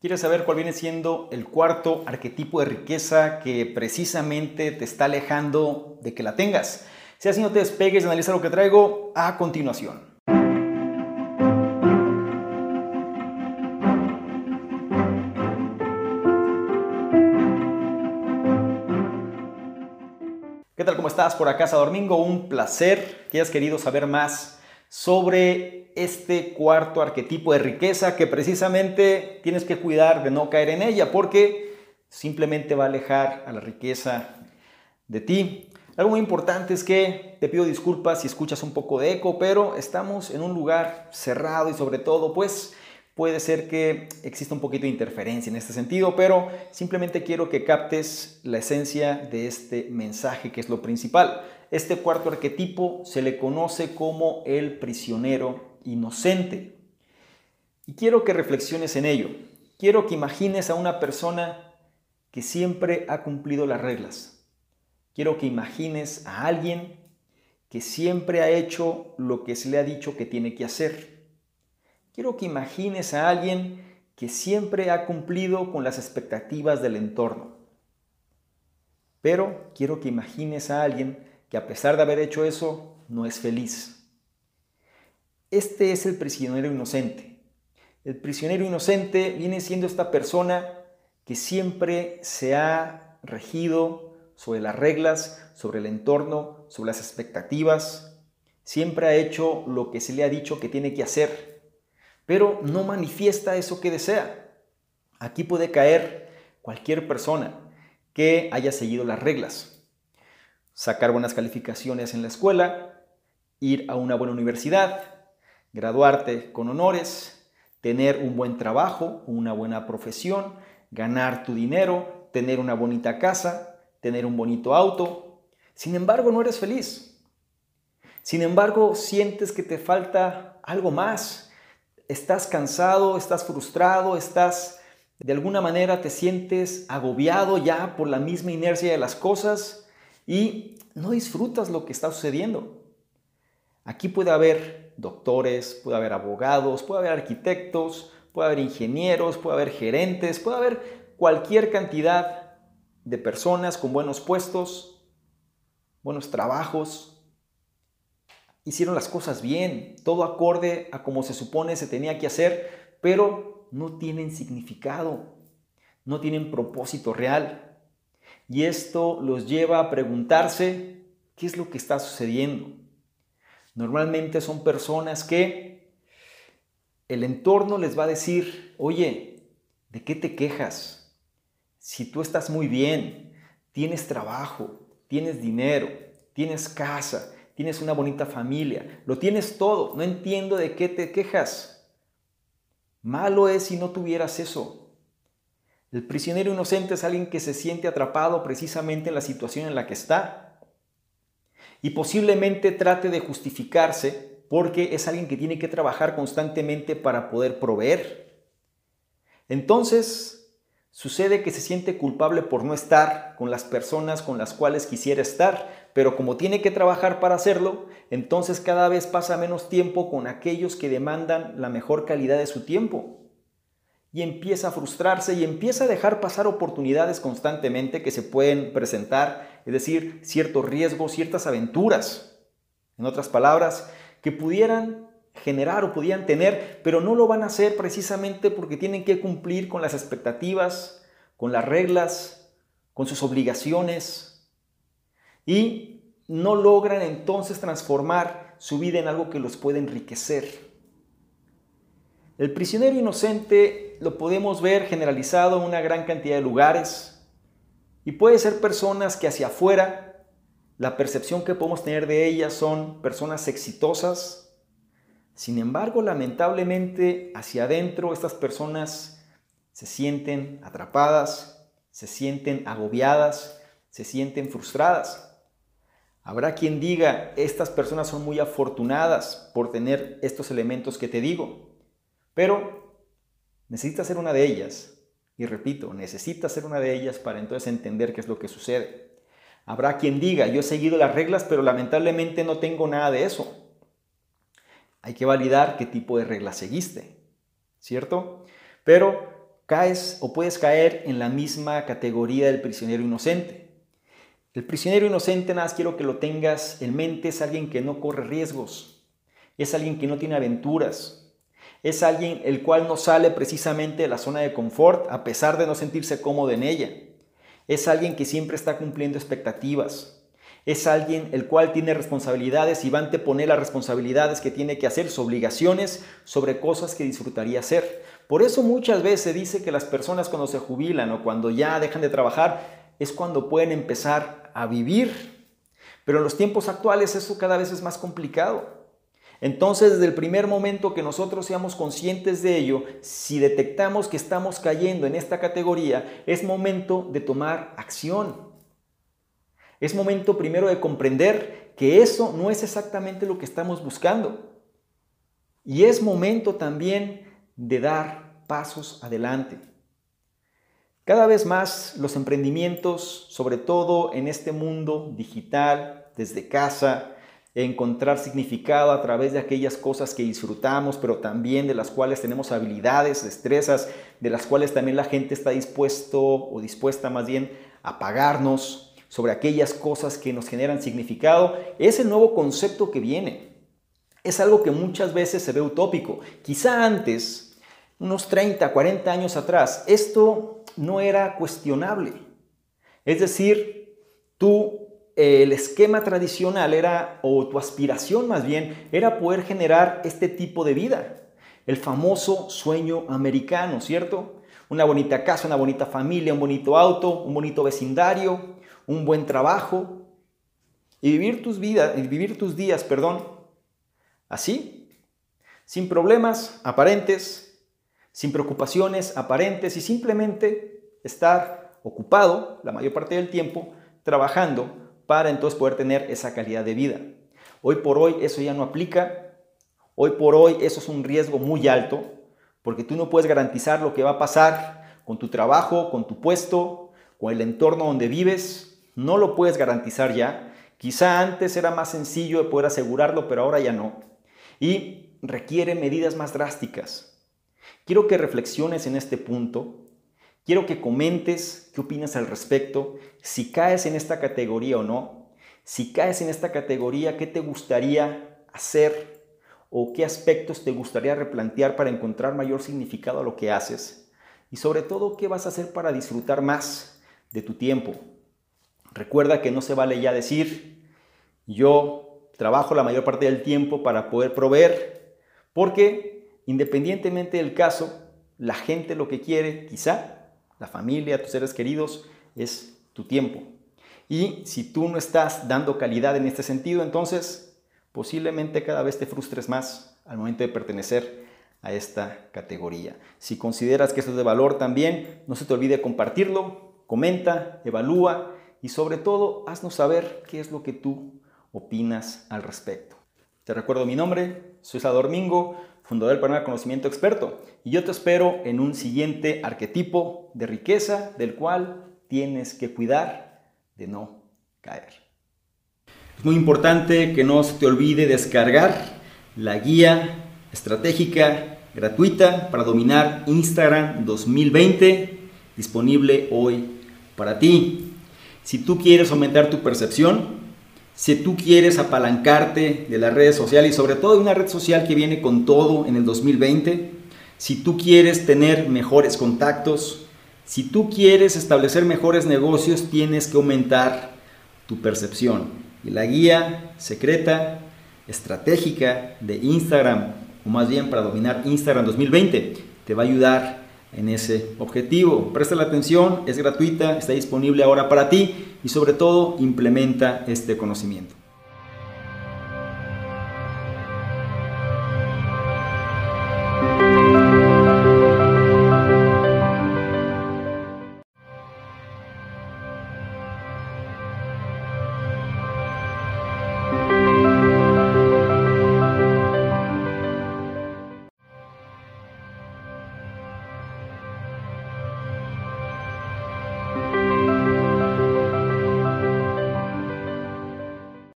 ¿Quieres saber cuál viene siendo el cuarto arquetipo de riqueza que precisamente te está alejando de que la tengas? Si así, no te despegues, analiza lo que traigo a continuación. ¿Qué tal? ¿Cómo estás? Por acá, Domingo. Un placer que hayas querido saber más sobre este cuarto arquetipo de riqueza que precisamente tienes que cuidar de no caer en ella porque simplemente va a alejar a la riqueza de ti. Algo muy importante es que te pido disculpas si escuchas un poco de eco, pero estamos en un lugar cerrado y sobre todo pues puede ser que exista un poquito de interferencia en este sentido, pero simplemente quiero que captes la esencia de este mensaje, que es lo principal. Este cuarto arquetipo se le conoce como el prisionero inocente. Y quiero que reflexiones en ello. Quiero que imagines a una persona que siempre ha cumplido las reglas. Quiero que imagines a alguien que siempre ha hecho lo que se le ha dicho que tiene que hacer. Quiero que imagines a alguien que siempre ha cumplido con las expectativas del entorno. Pero quiero que imagines a alguien que a pesar de haber hecho eso, no es feliz. Este es el prisionero inocente. El prisionero inocente viene siendo esta persona que siempre se ha regido sobre las reglas, sobre el entorno, sobre las expectativas. Siempre ha hecho lo que se le ha dicho que tiene que hacer, pero no manifiesta eso que desea. Aquí puede caer cualquier persona que haya seguido las reglas. Sacar buenas calificaciones en la escuela, ir a una buena universidad, graduarte con honores, tener un buen trabajo, una buena profesión, ganar tu dinero, tener una bonita casa, tener un bonito auto. Sin embargo, no eres feliz. Sin embargo, sientes que te falta algo más. Estás cansado, estás frustrado, de alguna manera te sientes agobiado ya por la misma inercia de las cosas y no disfrutas lo que está sucediendo. Aquí puede haber doctores, puede haber abogados, puede haber arquitectos, puede haber ingenieros, puede haber gerentes, puede haber cualquier cantidad de personas con buenos puestos, buenos trabajos. Hicieron las cosas bien, todo acorde a como se supone se tenía que hacer, pero no tienen significado, no tienen propósito real. Y esto los lleva a preguntarse qué es lo que está sucediendo. Normalmente son personas que el entorno les va a decir, oye, ¿de qué te quejas? Si tú estás muy bien, tienes trabajo, tienes dinero, tienes casa, tienes una bonita familia, lo tienes todo, no entiendo de qué te quejas. Malo es si no tuvieras eso. El prisionero inocente es alguien que se siente atrapado precisamente en la situación en la que está y posiblemente trate de justificarse porque es alguien que tiene que trabajar constantemente para poder proveer. Entonces, sucede que se siente culpable por no estar con las personas con las cuales quisiera estar, pero como tiene que trabajar para hacerlo, entonces cada vez pasa menos tiempo con aquellos que demandan la mejor calidad de su tiempo. Y empieza a frustrarse y empieza a dejar pasar oportunidades constantemente que se pueden presentar, es decir, ciertos riesgos, ciertas aventuras, en otras palabras, que pudieran generar o pudieran tener, pero no lo van a hacer precisamente porque tienen que cumplir con las expectativas, con las reglas, con sus obligaciones y no logran entonces transformar su vida en algo que los puede enriquecer. El prisionero inocente lo podemos ver generalizado en una gran cantidad de lugares y puede ser personas que hacia afuera la percepción que podemos tener de ellas son personas exitosas. Sin embargo, lamentablemente, hacia adentro estas personas se sienten atrapadas, se sienten agobiadas, se sienten frustradas. Habrá quien diga, estas personas son muy afortunadas por tener estos elementos que te digo, pero necesitas ser una de ellas. Y repito, necesitas ser una de ellas para entonces entender qué es lo que sucede. Habrá quien diga, yo he seguido las reglas, pero lamentablemente no tengo nada de eso. Hay que validar qué tipo de reglas seguiste, ¿cierto? Pero caes o puedes caer en la misma categoría del prisionero inocente. El prisionero inocente, nada más quiero que lo tengas en mente, es alguien que no corre riesgos, es alguien que no tiene aventuras, es alguien el cual no sale precisamente de la zona de confort a pesar de no sentirse cómodo en ella. Es alguien que siempre está cumpliendo expectativas. Es alguien el cual tiene responsabilidades y va a anteponer las responsabilidades que tiene que hacer, sus obligaciones, sobre cosas que disfrutaría hacer. Por eso muchas veces se dice que las personas cuando se jubilan o cuando ya dejan de trabajar es cuando pueden empezar a vivir. Pero en los tiempos actuales eso cada vez es más complicado. Entonces, desde el primer momento que nosotros seamos conscientes de ello, si detectamos que estamos cayendo en esta categoría, es momento de tomar acción. Es momento primero de comprender que eso no es exactamente lo que estamos buscando. Y es momento también de dar pasos adelante. Cada vez más los emprendimientos, sobre todo en este mundo digital, desde casa, encontrar significado a través de aquellas cosas que disfrutamos, pero también de las cuales tenemos habilidades, destrezas, de las cuales también la gente está dispuesto o dispuesta más bien a pagarnos, sobre aquellas cosas que nos generan significado, es el nuevo concepto que viene. Es algo que muchas veces se ve utópico. Quizá antes, unos 30, 40 años atrás, esto no era cuestionable. Es decir, el esquema tradicional era, o tu aspiración más bien, era poder generar este tipo de vida. El famoso sueño americano, ¿cierto? Una bonita casa, una bonita familia, un bonito auto, un bonito vecindario, un buen trabajo. Y vivir tus días, así, sin problemas aparentes, sin preocupaciones aparentes y simplemente estar ocupado la mayor parte del tiempo trabajando para entonces poder tener esa calidad de vida. Hoy por hoy eso ya no aplica. Hoy por hoy eso es un riesgo muy alto porque tú no puedes garantizar lo que va a pasar con tu trabajo, con tu puesto, con el entorno donde vives. No lo puedes garantizar ya. Quizá antes era más sencillo de poder asegurarlo, pero ahora ya no. Y requiere medidas más drásticas. Quiero que reflexiones en este punto. Quiero que comentes qué opinas al respecto, si caes en esta categoría o no. Si caes en esta categoría, ¿qué te gustaría hacer o qué aspectos te gustaría replantear para encontrar mayor significado a lo que haces? Y sobre todo, ¿qué vas a hacer para disfrutar más de tu tiempo? Recuerda que no se vale ya decir, yo trabajo la mayor parte del tiempo para poder proveer, porque independientemente del caso, la gente lo que quiere, quizá, la familia, tus seres queridos, es tu tiempo. Y si tú no estás dando calidad en este sentido, entonces posiblemente cada vez te frustres más al momento de pertenecer a esta categoría. Si consideras que esto es de valor también, no se te olvide compartirlo, comenta, evalúa y sobre todo haznos saber qué es lo que tú opinas al respecto. Te recuerdo mi nombre, soy Salvador Mingo, fundador del programa Conocimiento Experto, y yo te espero en un siguiente arquetipo de riqueza del cual tienes que cuidar de no caer. Es muy importante que no se te olvide descargar la guía estratégica gratuita para dominar Instagram 2020, disponible hoy para ti. Si tú quieres aumentar tu percepción, si tú quieres apalancarte de las redes sociales y sobre todo de una red social que viene con todo en el 2020, si tú quieres tener mejores contactos, si tú quieres establecer mejores negocios, tienes que aumentar tu percepción. Y la guía secreta, estratégica de Instagram, o más bien para dominar Instagram 2020, te va a ayudar en ese objetivo. Presta la atención, es gratuita, está disponible ahora para ti y sobre todo implementa este conocimiento.